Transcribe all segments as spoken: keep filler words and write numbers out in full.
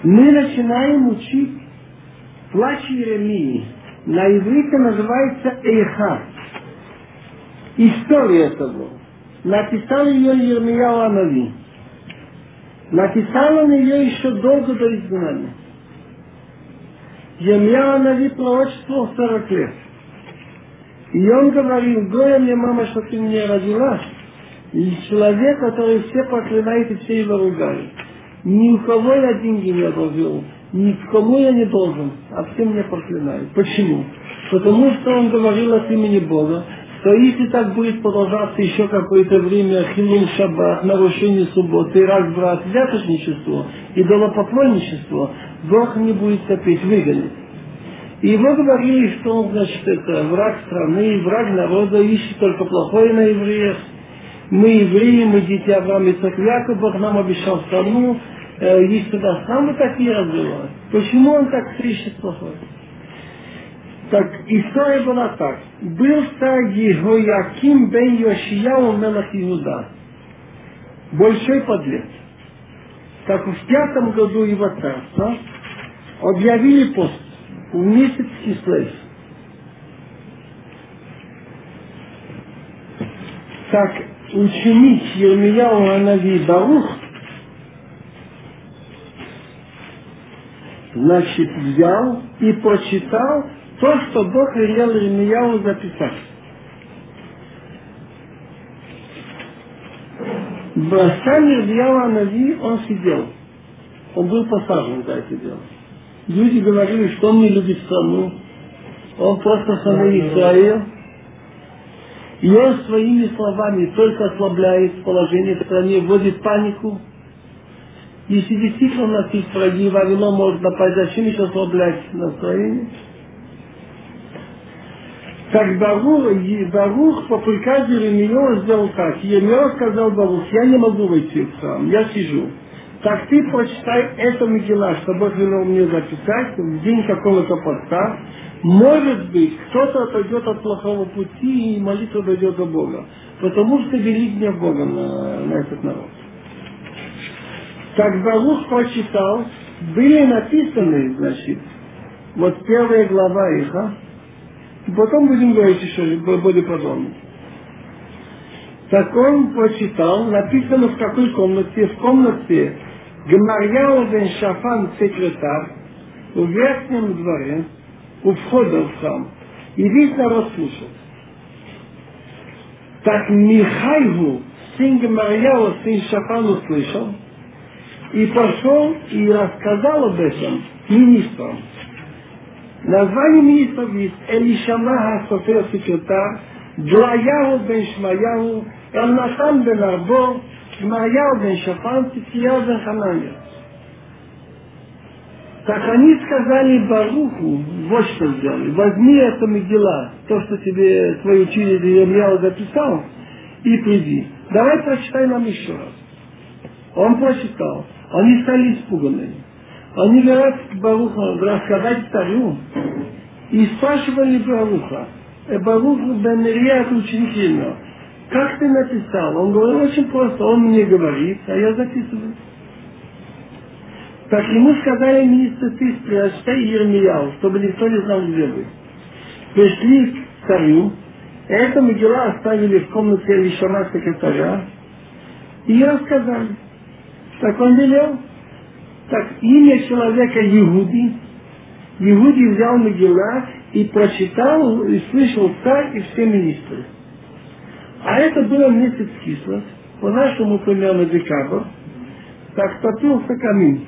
Мы начинаем учить плач Иеремии. На иврите называется Эйха. История того. Написал ее Йирмияу Анави. Написал он ее еще долго до изгнания. Йирмияу Анави пророчествовал сорок лет. И он говорил: горе мне, мама, что ты меня родила. И человек, который все проклинает и все его ругают. Ни у кого я деньги не одолжил, ни к кому я не должен, а все меня проклинают. Почему? Потому что он говорил от имени Бога, что если так будет продолжаться еще какое-то время, хилул шаббат, нарушение субботы, разбрат, взяточничество, идолопоклонничество, Бог не будет терпеть, выгонит. И его говорили, что он, значит, это враг страны, враг народа, ищет только плохое на евреях. Мы евреи, мы дети Авраама и Ицхака, Бог нам обещал страну, э, есть туда самые такие разговаривают. Почему он так ищет плохое? Так, история была так. Был царь Йеhoяким бен Йошияу мелах Иуда. Большой подлец. Так в пятом году его царства объявили пост в месяц Кислев. Так ученик Йирмияу Анави Барух, значит, взял и прочитал то, что Бог велел Йирмияу записать. Сам Йирмияу Анави, он сидел. Он был посажен за это дело. Люди говорили, что он не любит страну. Он просто страны Израиля. И он своими словами только ослабляет положение в стране, вводит панику. Если действительно у нас есть враги, Вавилон может напасть, зачем еще ослаблять настроение? Так Барух, Барух по приказу Йирмияу сделал так. Йирмияу сказал Барух: я не могу войти в храм, я сижу. Так ты прочитай это Мегилла, что Бог велел мне записать в день какого-то поста. Может быть, кто-то отойдет от плохого пути и молитва дойдет до Бога. Потому что велик гнев Бога на, на этот народ. Так Барух прочитал, были написаны, значит, вот первая глава их, а? Потом будем говорить еще более подробно. Так он прочитал, написано в какой комнате? В комнате Гемарьяу бен Шафан, секретарь, в верхнем дворе, у входа в храм. И весь народ слушал. Так Михайгу, сын Гемарьяу, сын Шафан, услышал, и пошел и рассказал об этом министрам. Название министров есть Элишама Софер, секретарь, Длаяу бен Шмаяу, Элнатан бен Арбо, Шмаяу бен Шафан, Тикияу бен Ханания. Так они сказали Баруху, вот что сделали: возьми это Мегилла, то, что тебе твой учитель Йирмияу записал, и приди. Давай прочитай нам еще раз. Он прочитал. Они стали испуганными. Они говорят Баруху рассказать царю и спрашивали Баруха. Барух бен Нерия, это ученик Йирмияу: как ты написал? Он говорит: очень просто. Он мне говорит, а я записываю. Так ему сказали министры: ты прочитай Йирмияу, чтобы никто не знал, где вы. Пришли к царю, это Мегилла оставили в комнате Элишама, секретаря, и рассказали. Так он велел. Так имя человека Иуди. Иуди взял Мегилла и прочитал, и слышал царь и все министры. А это было месяц Кислев, по нашему примерно декабрь. Так топился камин.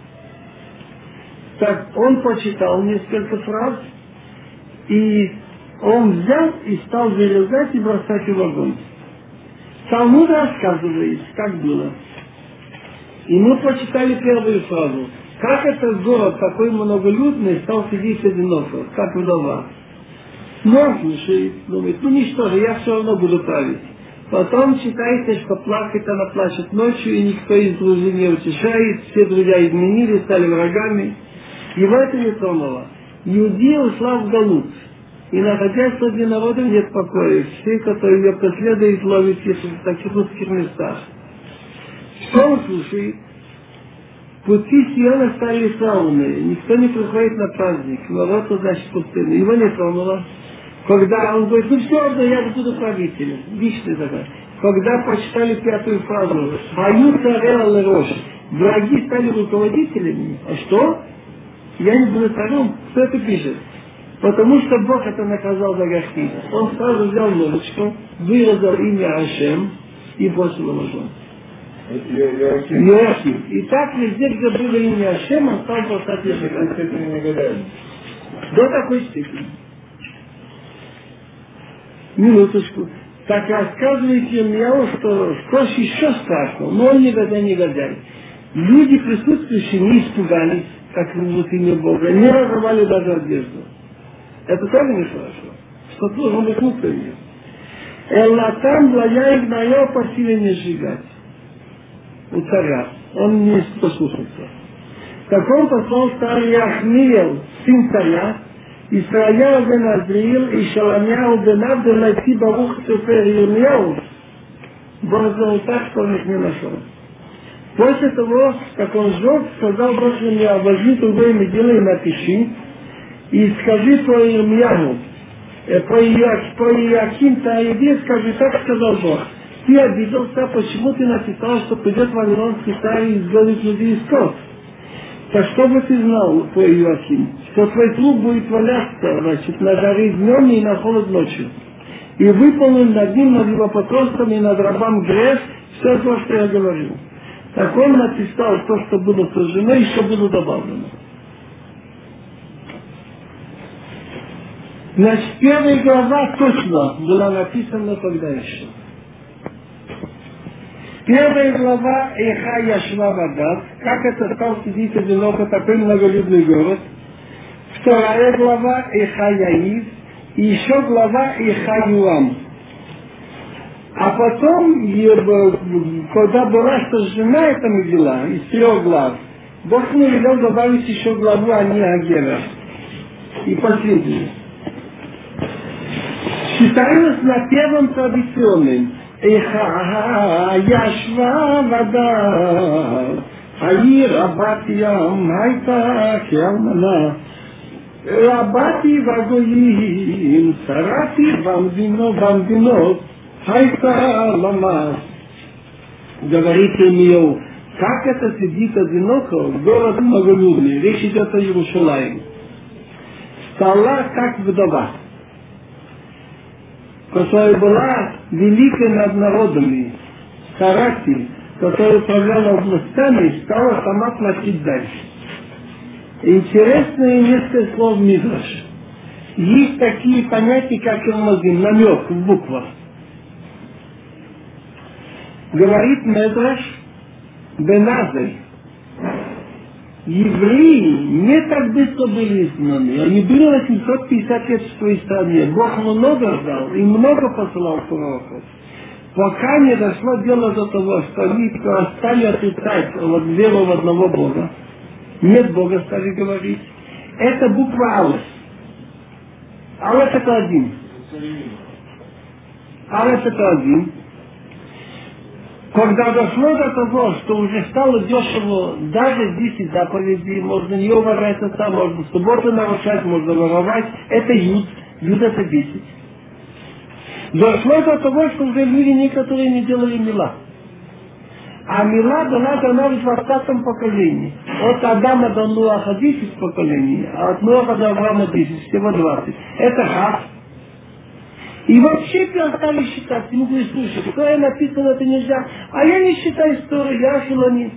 Так он прочитал несколько фраз, и он взял и стал вырезать и бросать в огонь. Талмуд рассказывает, как было. И мы прочитали первую фразу: как этот город такой многолюдный стал сидеть одиноко, как вдова. Но он слушает, думает: ну ничто же, я все равно буду править. Потом читаете, что плакать она плачет ночью, и никто из друзей не утешает, все друзья изменили, стали врагами. Его это не тронуло. Иудея ушла в галут, и находясь среди народа нет покоя. Все, которые ее преследуют, ловят их в таких узких местах. Что он слушает? Пути Сиона стали траурные. Никто не приходит на праздник. Ворота, значит, пустыны. Его не тронуло. Когда он говорит, ну все равно я буду правителем. Личный такой. Когда прочитали пятую фразу, «Аю царя лерош», враги стали руководителями. А что? Я не буду царем. Кто это пишет? Потому что Бог это наказал за грехи. Он сразу взял ножичку, вырезал имя Ашем и бросил его в огонь. Иоахим. И так везде, где было имя Ашем, он стал бросать языка. До такой степени. Минуточку. Так рассказывайте мне, что сплошь еще страшно, но он никогда не негодяй. Люди, присутствующие, не испугались, как вот имя Бога, не разорвали даже одежду. Это тоже нехорошо. Что должен быть внутренне. Эллатам блаяик майо просили не сжигать. У царя. Он не послушался. Так он послал царь Яхмиел, сын царя, Исраил бен Азриил и Шаламьяу бен Абдел найти Барух Цефер Ирмияу. Бог сделал так, что он их не нашел. После того, как он сжег, сказал Бог мне, возьми другое медило и напиши, и скажи про Ирмияу, про Иоаким Таиде, скажи, так сказал Бог. Ты обиделся, почему ты написал, что придет вавилонский царь и изгонит людей из скот? Так что бы ты знал, про Иоаким, что твой плуг будет валяться, значит, на жаре днем и на холод ночью. И выполнен над ним, над его потомством и над рабам грех, все то, что я говорил. Так он написал то, что было сожжено, и что было добавлено. Значит, первая глава точно была написана тогда еще. Первая глава Эха Яшва Вадат, как это стал сидеть одиноко такой многолюдный город. Вторая глава Эха Яив, и еще глава Эха Юам. А потом, когда была сожжена эта могила из трех глав, Бог мне велел добавить еще главу Ани Агера. И последнюю. Считалось на первом традиционном. Эха яшва вода, аи рабат ям, айта хелмана, рабати вагоим, сарати бамдино, бамдино, айта лама. Говорит Ирмияу, как это сидит одиноко, город многолюдный, речь идет о Иерусалиме. Стала как вдова, которая была великой над народами, Сарати, которая управляла областями, стала сама платить дальше. Интересные несколько слов Мидраш. Есть такие понятия, как Ирмазим, намек в буквах. Говорит Мидраш Беназой. Евреи не так быстро были изгнаны. Они были восемьсот пятьдесят лет в своей стране. Бог много ждал и много посылал пророков. Пока не дошло дело до того, что они стали отрицать веру в одного Бога. Нет Бога, стали говорить. Это буква Алеф. Алеф это один. Алеф это один. Когда дошло до того, что уже стало дешево, даже десять заповедей, можно не уважать отца, можно в субботу нарушать, можно воровать, это Юд, Юд это десять. Дошло до того, что уже люди некоторые не делали мила. А мила была дана в двадцатом поколении. От Адама до Ноаха десять поколений, а от Ноаха до Авраама десять, всего двадцать. Это хас. И вообще перестали считать. Ему говорит, слушай, что я написано, это нельзя. А я не считаю историю, я хилонит.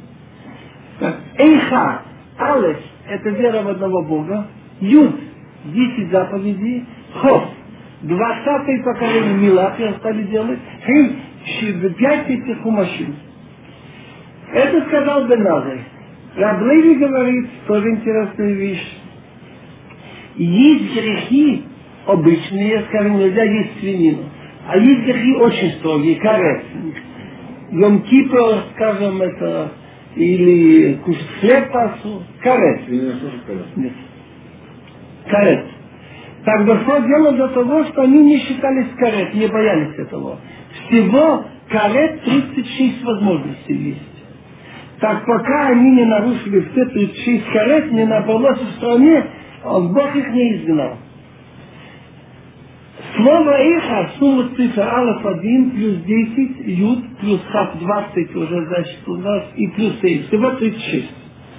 Эйха, Алеф, это вера в одного Бога. Юд, десять заповедей. Хов, двадцатое поколение мила перестали делать. Хей, пять этих хумашин. Это сказал Беназой. Раблеви говорит, тоже интересная вещь. Есть грехи обычные, скажем, нельзя есть свинину. А есть грехи очень строгие, карет. Йом-Кипр, скажем, это, или кушать хлеб пасу, карет. Нет. Карет. Так дошло дело до того, что они не считались карет, не боялись этого. Всего карет тридцать шесть возможностей есть. Так пока они не нарушили все тридцать шесть карет, не набралось в стране, Бог их не изгнал. Слово эхо, сумма цифр алиф один плюс десять, юд плюс хав двадцать уже значит у нас и плюс семь, всего тридцать шесть.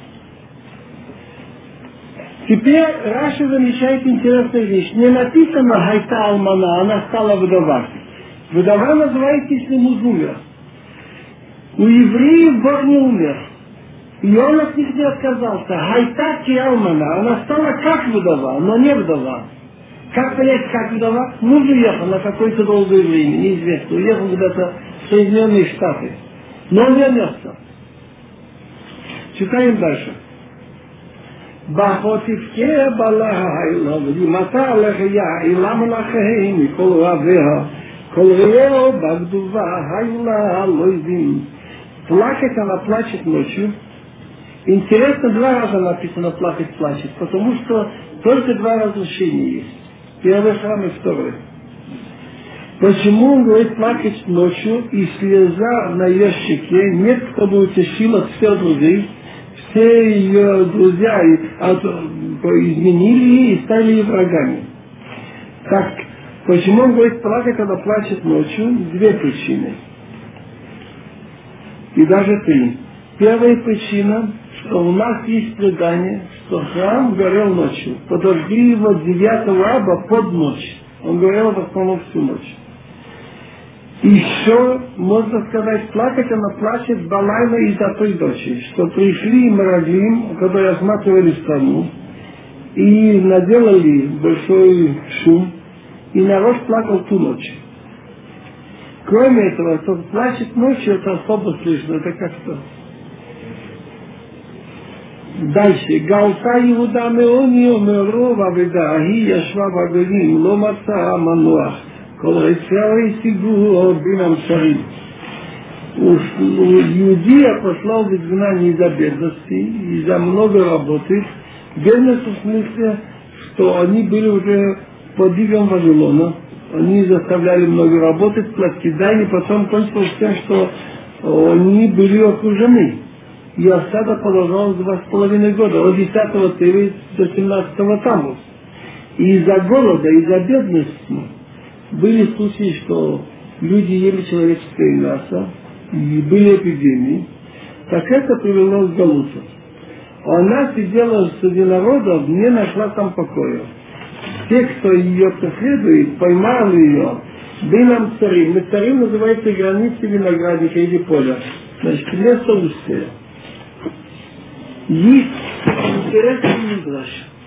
Теперь Раши замечает интересную вещь. Не написано Гайта Алмана, она стала вдова. Вдова называется, если муж умер. У евреев Бог не умер. И он от них не отказался. Гайта ки Алмана, она стала как вдова, но не вдова. Как понять, как вдова? Муж уехал на какое-то долгое время, неизвестно. Уехал куда-то в Соединенные Штаты. Но он вернется. Читаем дальше. בחוטפקה בלילה, ומתה לחיה, אילם לכם מכל רביה, כל ראיהו בגדובה, הילה לא יודעים. Плакать она плачет ночью. Интересно, два раза написано плакать плачет, потому что только два разрешения есть. Первый храм и второй. Почему он говорит плакать ночью, и слеза на ее щеке, нет, кто бы утешил от всех друзей, все ее друзья от, изменили ее и стали ее врагами. Так, почему он говорит плакать, когда плачет ночью? Две причины. И даже три. Первая причина, что у нас есть предание, что храм горел ночью. Подожгли его девятого аба под ночь. Он горел в основном всю ночь. Еще, можно сказать, плакать она плачет балайна из-за той дочери, что пришли Мераглим, которые осматривали страну, и наделали большой шум, и народ плакал ту ночь. Кроме этого, кто плачет ночью, это особо слышно, это как-то. Дальше. Галта Иуда Меони Омеро Ваведа, Ахи Яшва Вагалим, Ломаца Мануах. Колоисяй Сигу Бинам Царим. Иудея пошла в изгнание из-за бедности, из-за много работы. Бедность в смысле, что они были уже под игом Вавилона. Они заставляли много работать, платить дани, потом кончилось тем, что они были окружены. И осада продолжалась два с половиной года, от десятого Тевы до семнадцатого Таммуз. И из-за голода, из-за бедности были случаи, что люди ели человеческое мясо, и были эпидемии. Так это привело к галуту. Она сидела среди народов, не нашла там покоя. Те, кто ее преследует, поймали ее. Бинам царим. Мы царим называется границы виноградника или поля. Значит, место устья. Есть интересный мидраш,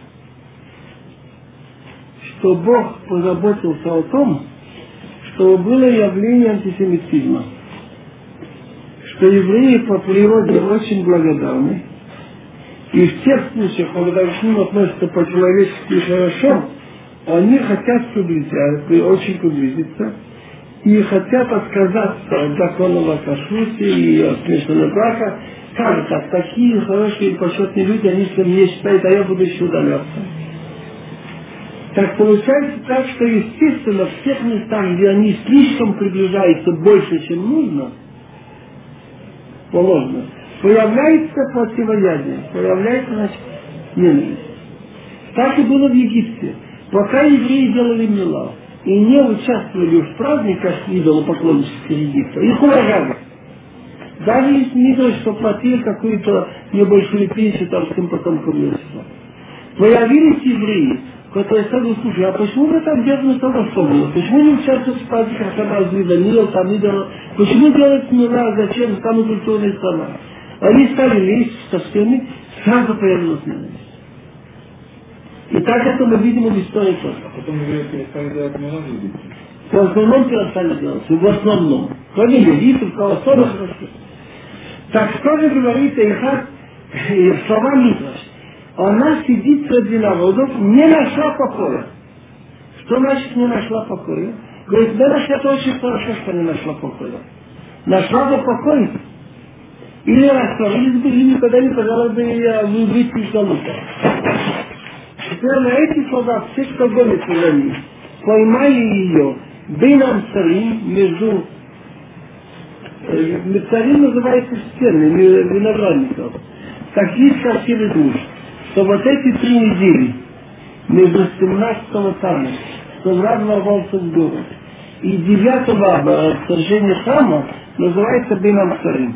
что Бог позаботился о том, что было явление антисемитизма. Что евреи по природе очень благодарны. И в тех случаях, когда к ним относятся по-человечески хорошо, они хотят приблизиться, очень приблизиться, и хотят отказаться от законного кашруте и от смешанного брака. Как так? Такие хорошие и почетные люди, они что мне считают, а я буду еще удаляться. Так получается так, что естественно в тех местах, где они слишком приближаются больше, чем нужно, положено, появляется противоядие, появляется, значит, ненависть. Так и было в Египте. Пока евреи делали мила и не участвовали в праздниках идолопоклоннических Египта, их уважали. Даже если не то, что платили какую-то небольшую пенсию там всем потомкам Иосифа. Появились евреи, которые сказали, слушай, а почему вы так бедно тогда что было? Почему не участвуют в праздниках, когда разве Даниил, там идол? Почему делать мила, зачем, там культурная страна? Они стали лезть со всеми, сразу появилась ненависть. И так это мы видим в истории тоже. А потом евреи перестали делать мила в Египте? В основном перестали делать, в основном. Кроме Египта, Колоссова, так что же говорит Эйхат, слова Мидраш? Она сидит среди народов, не нашла покоя. Что значит не нашла покоя? Говорит, да, это очень хорошо, что не нашла покоя. Нашла бы покой, или растворились бы, или никогда не пожалуй бы выйти из галута. Теперь на эти слова все, кто гонится за ним, поймали ее бинам царим, между Мецарим называется стены, виноградников. Так есть красивый душ, что вот эти три недели между семнадцатого тана, что Рав ворвался в город, и девятого аба, сожжение храма, называется Бейн Амцарим.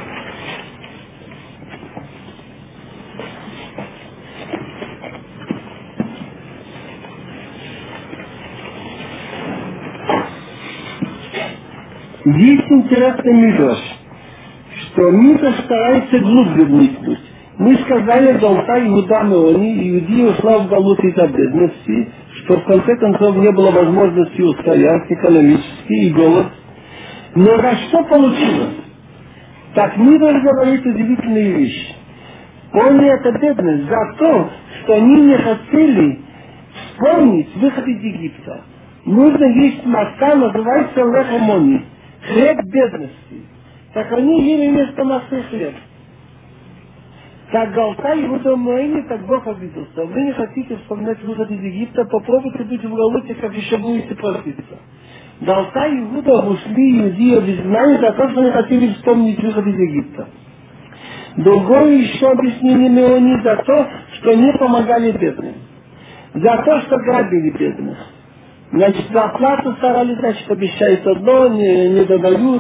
Есть интересный мидраш, что мидраш старается глубже вникнуть. Мы сказали, Галта Иуда Меони, Иудея ушла в галут из-за бедности, что в конце концов не было возможности устоять экономически и голод. Но за что получилось? Так мидраш говорит удивительные вещи. Помни это бедность за то, что они не хотели вспомнить выход из Египта. Нужно есть маска, называется лехомони. Хлеб бедности. Так они ели вместо массы хлеб. Так Галта Иуда Меони, так Бог обиделся. Вы не хотите вспоминать выход из Египта, попробуйте быть в галуте, как еще будете проситься. Галта Иуда ушли иудеи в изгнание за то, что не хотели вспомнить выход из Египта. Другое еще объяснение Меони за то, что не помогали бедным. За то, что грабили бедных. Значит, за оплату старались, значит, обещают одно, не, не додают.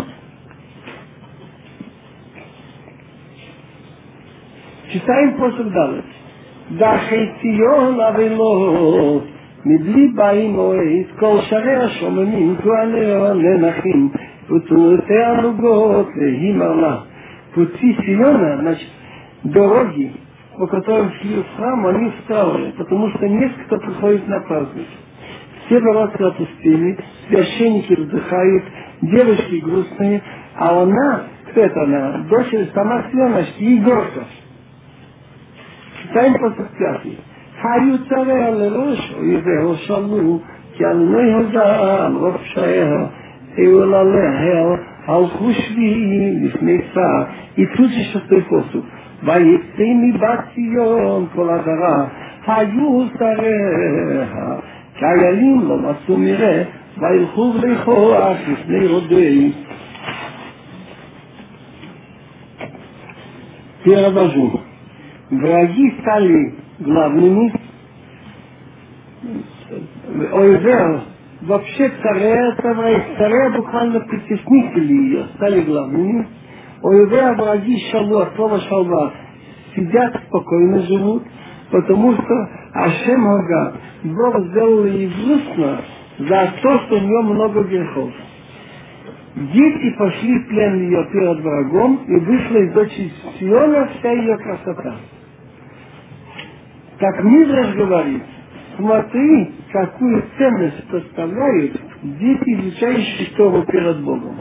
Читаем посуд далее. Да хейтион авело, медли баимоэйт, кол шаря шомемим, куанео ненахим, путуэте алугот, лехимарла. Пути Сиона, значит, дороги, по которым шли в храм, они встали, потому что несколько приходит на праздник. Все ворота опустили, священники вздыхают, девушки грустные, а она, кто это она, дочь сама Сиона, ей горько. Читаем после пятый. Харю царя лерош, его шалу, кялной хазам, ровшаеха, эвелалехел, алхушви, лифнейца, и тут же шестой посуд. Ваецеми батион, коладара, хаю цареха, каялим ло масумире, ваилхув лейхоах, лифней родей. Перевожу. Враги стали главными. Ойвер, вообще царя, царя буквально притеснители ее, стали главными. Ойвер, враги шалва, слово шалва, сидят спокойно, живут, потому что Ашем Ага, Бог сделал ей грустно за то, что у нее много грехов. Дети пошли в плен ее перед врагом, и вышла из дочери Сиона вся ее красота. Так Мидраш говорит, смотри, какую ценность представляют дети, изучающие Тору перед Богом.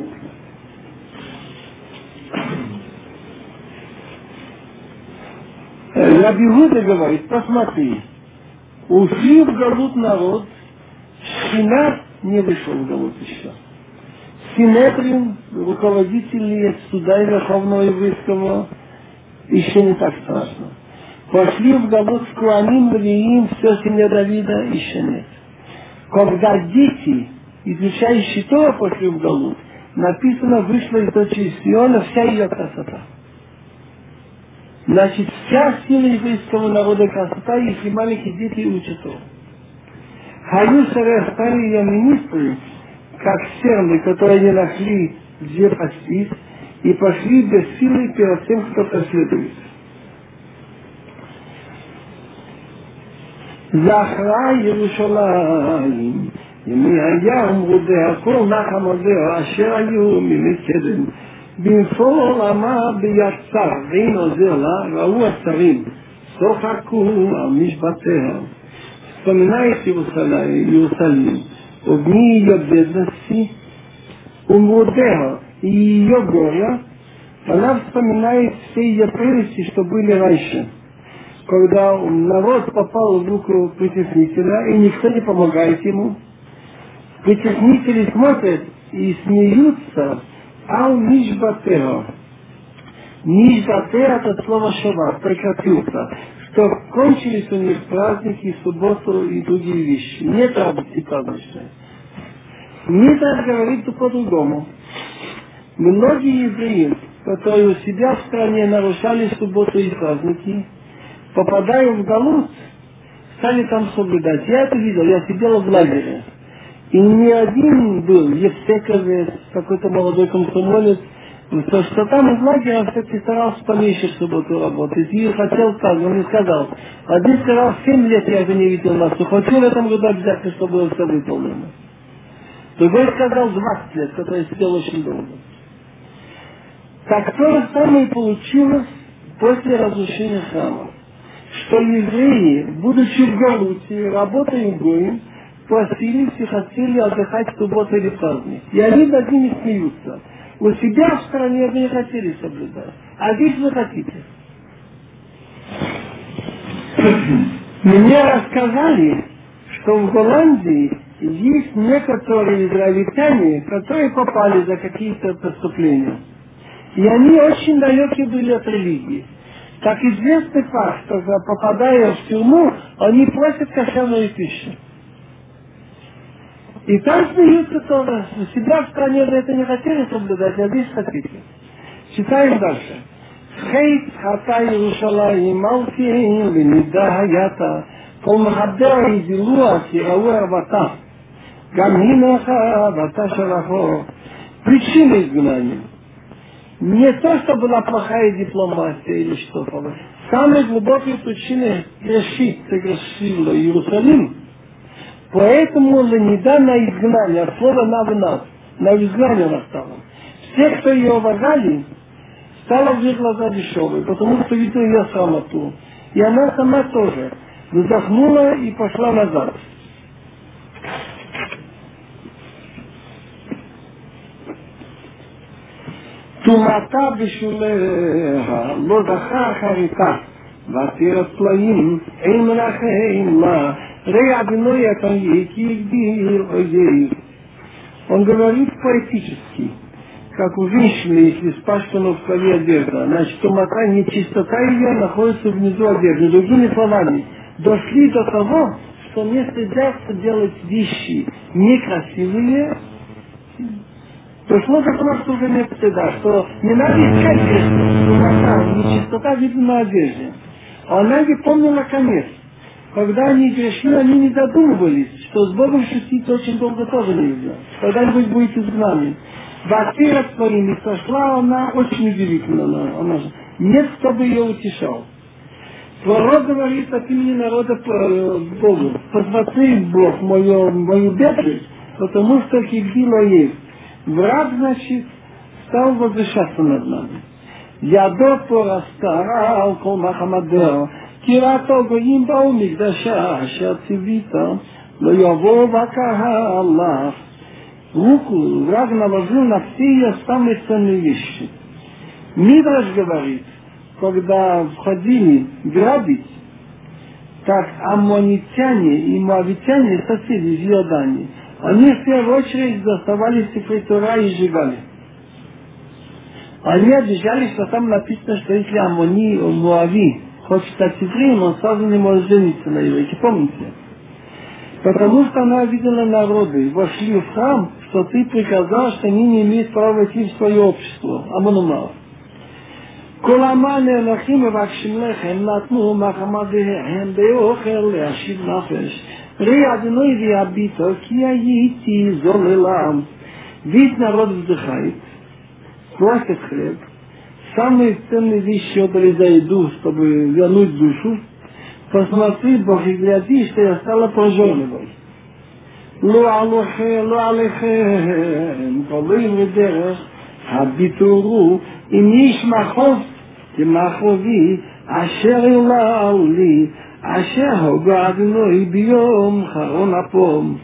Раби Иуда говорит, посмотри, ушли в галут народ, Шхина не вышел в галут еще. Синедрин, руководители суда Верховного Еврейского, еще не так страшно. Пошли в галут с Куаним, Левиим, все семья Давида, еще нет. Когда дети, изучающие Тору, пошли в галут, написано, вышла из дочери Сиона вся ее красота. Значит, вся сила еврейского народа красота, если маленькие дети учат Тору. Хаю Сарех стали ее министры, как серны, которые не нашли, где пастись, и пошли без силы перед тем, кто преследует. Захра Иерушалаим, ימי היה ומרודה, הכל נחם עוזר, אשר היו ממקדם. בנפול עמה ביצר, ואין עוזר לה, ראו השרים, צוחקו על משבטיה. Вспоминает Иерусалим, огни ее бедности, умрудеха и ее горя, она вспоминает все ее прелести, что были раньше, когда народ попал в руку притеснителя, и никто не помогает ему. Притеснители смотрят и смеются, ау мишбатеха. Мишбатеха — это слово шова, прекратился, что кончились у них праздники, субботу и другие вещи. Нет радости праздничной. Мидраш говорит по-другому. Многие евреи, которые у себя в стране нарушали субботу и праздники, попадая в Галут, стали там соблюдать. Я это видел, я сидел в лагере. И не один был Евсековец, какой-то молодой комсомолец, то, что там из лагеря все-таки старался поменьше в субботу работать. И хотел так, он мне сказал, один сказал, семь лет я уже не видел нас, хочу в этом году обязательно, чтобы было все выполнено. Другой сказал двадцать лет, который сидел очень долго. Так то же самое и получилось после разрушения храма. Что евреи, будучи в Галуте, работая в Гоим, просились и хотели отдыхать в субботу или праздник. И они над ними смеются. У себя в стране вы не хотели соблюдать. А здесь вы хотите. Мне рассказали, что в Голландии есть некоторые израильтяне, которые попали за какие-то преступления. И они очень далеки были от религии. Как известный факт, что попадая в тюрьму, они просят кошерную пищу. И там смеются тоже. У себя в стране вы это не хотели соблюдать, а здесь хотите. Читаем дальше. Хейт хата Иерушалаим Малкиим Венида Хаята Кол Махабдера Изилуа Кирауа Вата Гаминаха Вата Шалахо. Причина изгнания. Не то, что была плохая дипломатия или что-то. Самые глубокие причины грешит, согрешил Иерусалим. Поэтому Ленида на изгнание, от слова навнав, на изгнание настало. Все, кто ее уважали, стало в их глаза дешевой, потому что видел ее самоту. И она сама тоже вздохнула и пошла назад. Тумата бешулеха, лодаха харита, ватира плаим, эйм рахейм ла. Он говорит поэтически, как у женщины, если спашена в крови одежда, значит, тумата, нечистота ее находится внизу одежды. Другими словами, дошли до того, что не стыдятся делать вещи некрасивые, дошло до того, что уже нет стыда, что не надо искать грешность, тумата, нечистота видна на одежде. А она не помнила конец. Когда они грешили, они не задумывались, что с Богом шутить очень долго тоже нельзя. Когда-нибудь будет изгнание. Ватира своими сошла она очень удивительно. Она, она, нет, кто бы ее утешал. Пророк говорит от имени народа Богу. Посмотри, Бог, мою, мою бедность, потому что Хигдила есть. Враг, значит, стал возвышаться над нами. Ядо порастара алкол махамадео. Кирато гоим баумигдаша, шацивита, но его вакаха Аллах. Руку враг наложил на все ее самые ценные вещи. Мидраш говорит, когда входили грабить, так аммонитяне и моавитяне, соседи из Иордании, они в первую очередь доставали секретора и сжигали. Они обижались, что там написано, что если Аммони, Моави хочет стать евреем, он сразу не может жениться на еврейке, помните? Потому что она видела народы, вошли в храм, что ты приказал, что они не имеют права войти в свое общество, Аммонумав. Коламане лахим и вакшимлехем натну махамадехем беохел леашив нафеш. Ри адной виабито кияити золелам. Вид народ вздыхает, платит хлеб. Самые ценные вещи отдали за еду, чтобы вернуть душу. Посмотри, Бог, и гляди, что я стала прожорливой. Лу алухе, лу алехем, колым ведерех, абитуру, им ниш махов, тимахови, ашер илаули, ашер хогадной биом харон апом.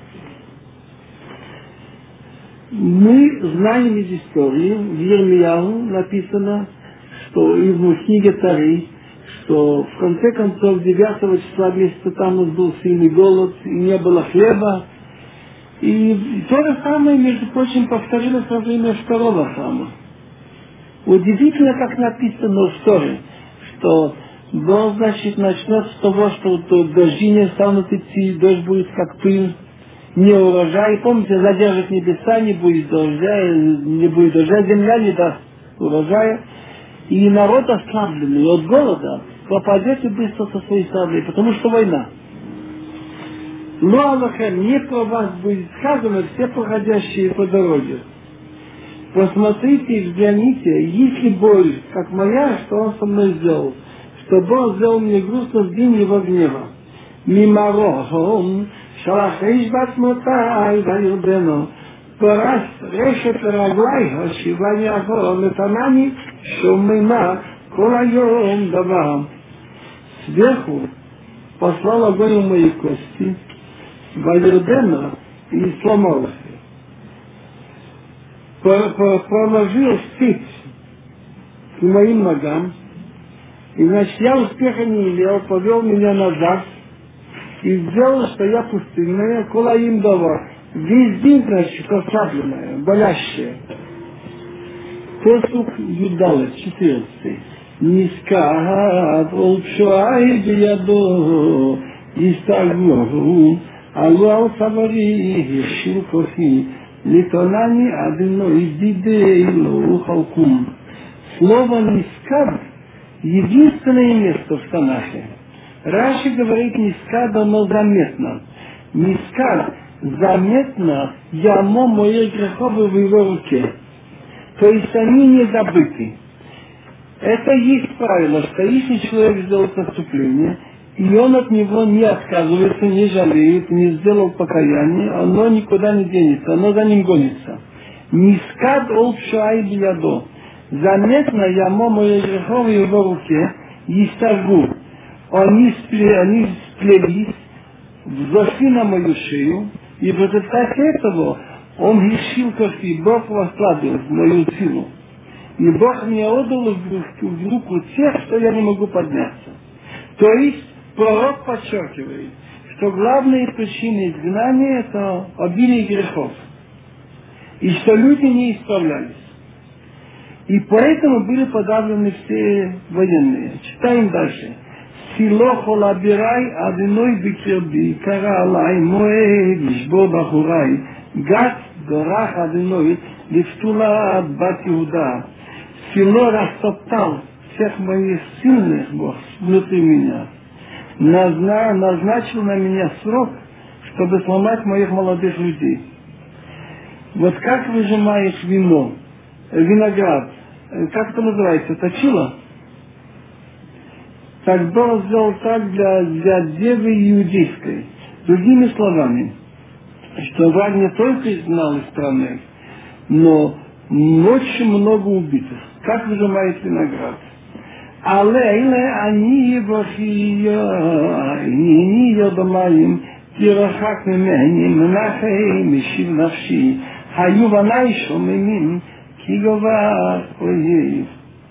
Мы знаем из истории, в Йермияу написано, что и в книге Царей, что в конце концов девятого числа месяца там был сильный голод, и не было хлеба. И то же самое, между прочим, повторилось во время второго храма. Удивительно, как написано в Торе, что Бог, значит, начнет с того, что дожди не станут идти, дождь будет как пыль, не урожай. Помните, задержит небеса, не будет дождя, не будет дождя, земля не даст урожая. И народ ослабленный от голода попадете быстро со своей саблей, потому что война. Но Аллахем, не про вас будет сказано, все проходящие по дороге. Посмотрите и взгляните, если боль, как моя, что он со мной сделал, что Бог сделал мне грустно в день его гнева. Мимарохом, шалахриш батмотай, вайрдено, пораз решет раглай, ошивание ахором, метанани, шумима, колайом давам. Сверху послал огонь в мои кости, вайрдено, и сломал их. Проложил стыд к моим ногам, и значит я успеха не имел, повел меня назад и сделал, что я пустынная, кола им дава, весь день, значит, ослабленная, болящая. Посук Юдалет, четырнадцатый. Нискат олпшуай биядо, истагмоху, алуал савари, шилкохи, литонани адыной дидейлу халкум. Слово «нискад» — единственное место в Танахе. Раши говорит «нискад», оно заметно. «Нискад» заметно ямо моей греховой в его руке. То есть они не забыты. Это есть правило, что если человек сделал преступление, и он от него не отказывается, не жалеет, не сделал покаяние, оно никуда не денется, оно за ним гонится. Нискад олпшуай биядо. Заметно ямо моей греховой в его руке, истагу. Они, спле, они сплелись, взошли на мою шею, и в результате этого он решил, как и Бог восслабил мою силу. И Бог мне отдал в руку тех, что я не могу подняться. То есть пророк подчеркивает, что главные причины изгнания – это обилие грехов. И что люди не исправлялись. И поэтому были подавлены все военные. Читаем дальше. Сило холабирай адиной бикерби, кара алай моэ лишбо бахурай, гат горах адиной лифтула бат Иуда. Сило растоптал всех моих сильных Бог внутри меня. Назна, назначил на меня срок, чтобы сломать моих молодых людей. Вот как выжимаешь вино, виноград, как это называется, точило? Так Бог сделал так для, для девы иудейской. Другими словами, что враг не только изгнал из страны, но очень много убитых. Как выжимает виноград. Але иле они вахия, ини йодамаим, тирахак мемени, менахей, мишив навши, хаю ванай шомимим, кигова оев.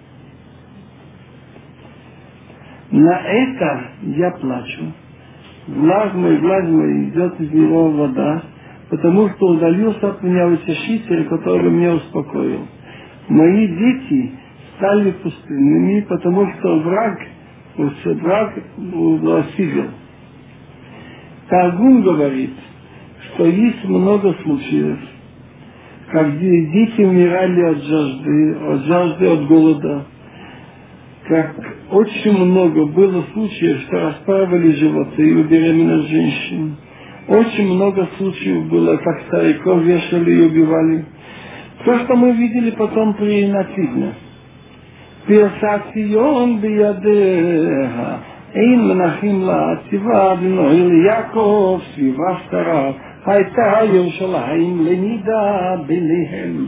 На это я плачу. Влаг мой, влаг мой, идет из него вода, потому что удалился от меня утешитель, который меня успокоил. Мои дети стали пустынными, потому что враг, враг усилил. Таргум говорит, что есть много случаев, как дети умирали от жажды, от жажды, от голода. Как очень много было случаев, что расправили животы у беременных женщин. Очень много случаев было, как стариков вешали и убивали. То, что мы видели потом при нацизме. Персацион биядеха, эйн менахим ла, цива бной Яков, свива стара, хайта Йерушалаим ленида белехем.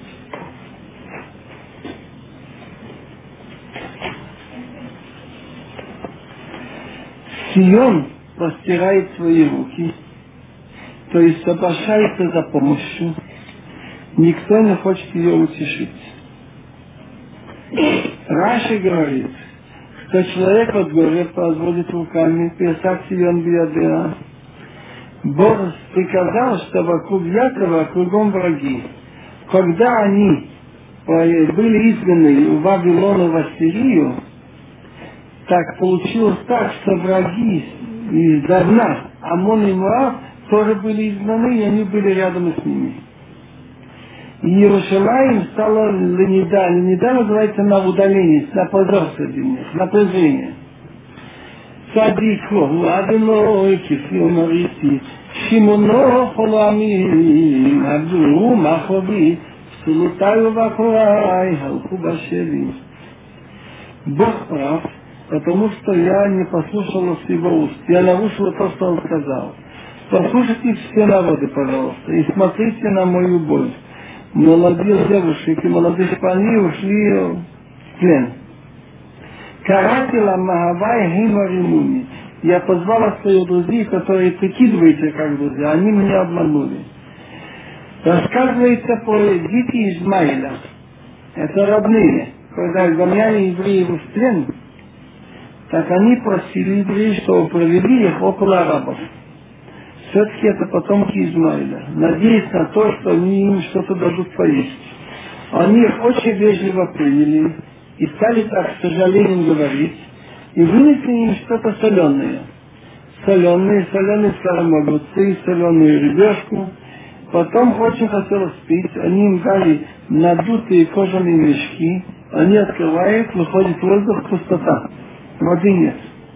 Сион простирает свои руки, то есть обращается за помощью. Никто не хочет ее утешить. Раши говорит, что человек от горя разводит руками, песак Сион биядеа. Бог приказал, что вокруг Якова кругом враги. Когда они были изгнаны в Вавилон, в Ассирию, так получилось так, что враги из давна, Амон и Моав, тоже были изгнаны, и они были рядом с ними. И Иерусалим стала Ленида. Ленида называется на удаление, на позор среди них, на презрение. Садико, ладно, кифил марити, Шимоно холами, Абдуру махови, Сулутаю вакурай, Халку башеви. Бог прав, потому что я не послушала с его уст. Я нарушила то, что он сказал. Послушайте все народы, пожалуйста, и смотрите на мою боль. Молодые девушки и молодые парни ушли в плен. Каратила Махавай Химаримуни. Я позвала своих друзей, которые прикидываются как друзья, они меня обманули. Рассказывается про дети Измаиля. Это родные. Когда изгоняли евреев в плен, так они просили евреев, чтобы провели их около арабов. Все-таки это потомки Измаиля. Надеясь на то, что они им что-то дадут поесть. Они их очень вежливо приняли и стали так с сожалением говорить, и вынесли им что-то соленое. Соленые, соленые старые огурцы, соленую рыбешку. Потом очень хотелось пить, они им дали надутые кожаные мешки, они открывают, выходит воздух, пустота. Воды нет.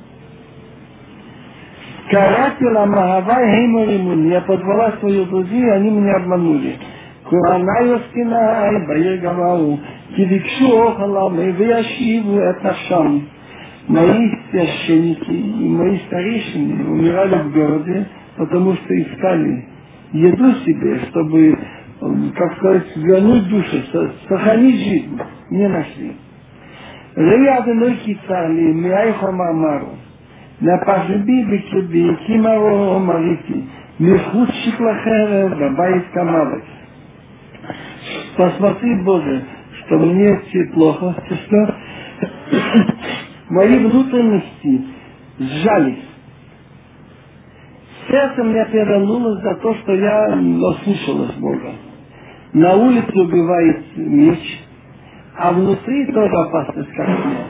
Каратила Махавай Хеймаримун. Я позвала своих друзей, они меня обманули. Куранаю скинай, Баегавау, Кивикшу охалам, и Вяшиву этнашам. Мои священники и мои старейшины умирали в городе, потому что искали еду себе, чтобы, как сказать, вернуть душу, сохранить жизнь. Не нашли. Рядом кицали, Миайха Мамару. На пожиби бекеби, кимаро марити, мехудщик лахера, бабаит камалок. Посмотри, Боже, что мне плохо, что мои внутренности сжались. Сердце меня перевернулось за то, что я ослушалась Бога. На улице убивает меч, а внутри тоже опасность как смерть.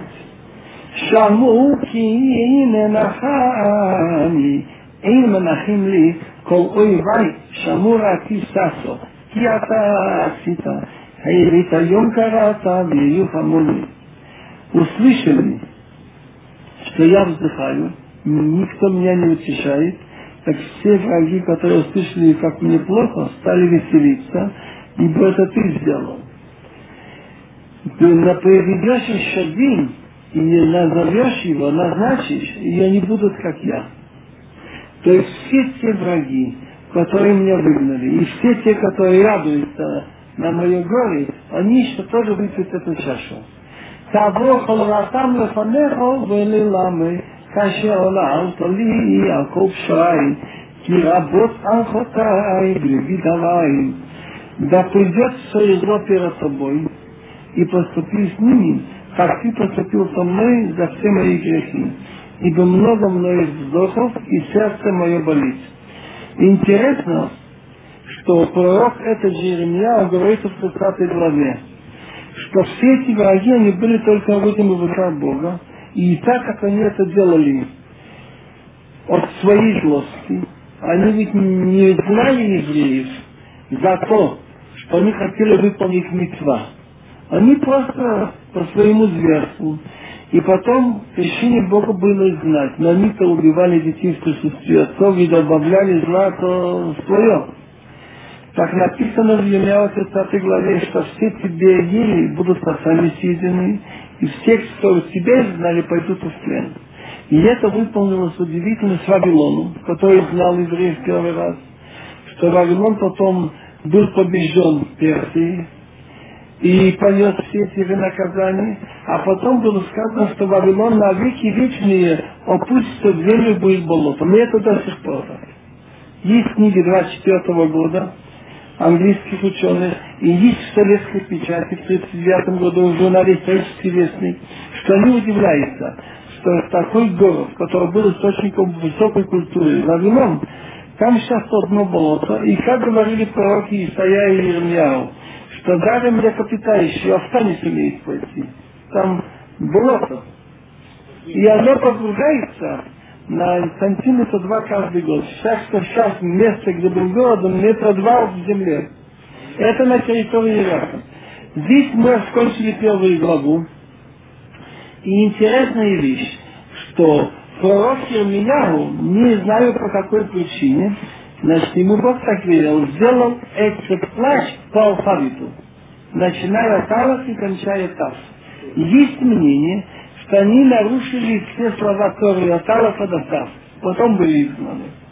Шаму ки ине нахами, ин манахим ли, кол ойвай, шамура ки сасо, ки ата асита, хайрита йом карата, вию хамуни. Услышали, что я вздыхаю, никто меня не утешает, так все враги, которые услышали, как мне плохо, стали веселиться, ибо это ты сделал. Ты проведешь еще день, и назовешь его, назначишь, и они будут как я. То есть все те враги, которые меня выгнали, и все те, которые радуются на мое горе, они еще тоже выпьют эту чашу. Того холратам лефанехо велиламы, кашеола алтоли, акопшай, киработ анхотай, гребидавай. Да придет все зло перед тобой, и поступи с ними, как ты поступил со мной за все мои грехи, ибо много мною вздохов, и сердце мое болит. Интересно, что пророк этот же Иеремия говорит в тридцатой главе, что все эти враги, они были только в этом в руках Бога, и так как они это делали от своей злости, они ведь не знали евреев за то, что они хотели выполнить мицва. Они просто по своему зверству. И потом решение Бога было знать. Но они-то убивали детей в присутствии отцов и добавляли зла то свое. Так написано в Иеремии тридцатой главе, что все тебе ели будут сами съедены, и все, кто тебя знали, пойдут в плен. И это выполнилось удивительно с Вавилоном, который знал евреев в первый раз, что Вавилон потом был побежден в Персии, и понес все эти наказания, а потом было сказано, что Вавилон на веки вечные опустится в землю, будет болотом. И это до сих пор. Есть книги двадцать четвёртого года английских ученых, и есть в советской печати в тридцать девятом году в журнале «Исторический вестник», что они удивляются, что такой город, который был источником высокой культуры, Вавилон, там сейчас одно болото, и как говорили пророки Исаия и Иеремияу, что даже млекопитающие овца не сумеет пойти. Там болото. И оно погружается на сантиметр два каждый год. Сейчас, что сейчас место, где был город, он метра два в земле. Это на территории Ирака. Здесь мы закончили первую главу. И интересная вещь, что пророк Ирмияу, не знаю по какой причине, значит, ему Бог так велел, сделал этот плащ по алфавиту, начиная от Алаф и кончая Тав. Есть мнение, что они нарушили все слова Торы от Алафа до Тав, потом были изгнаны.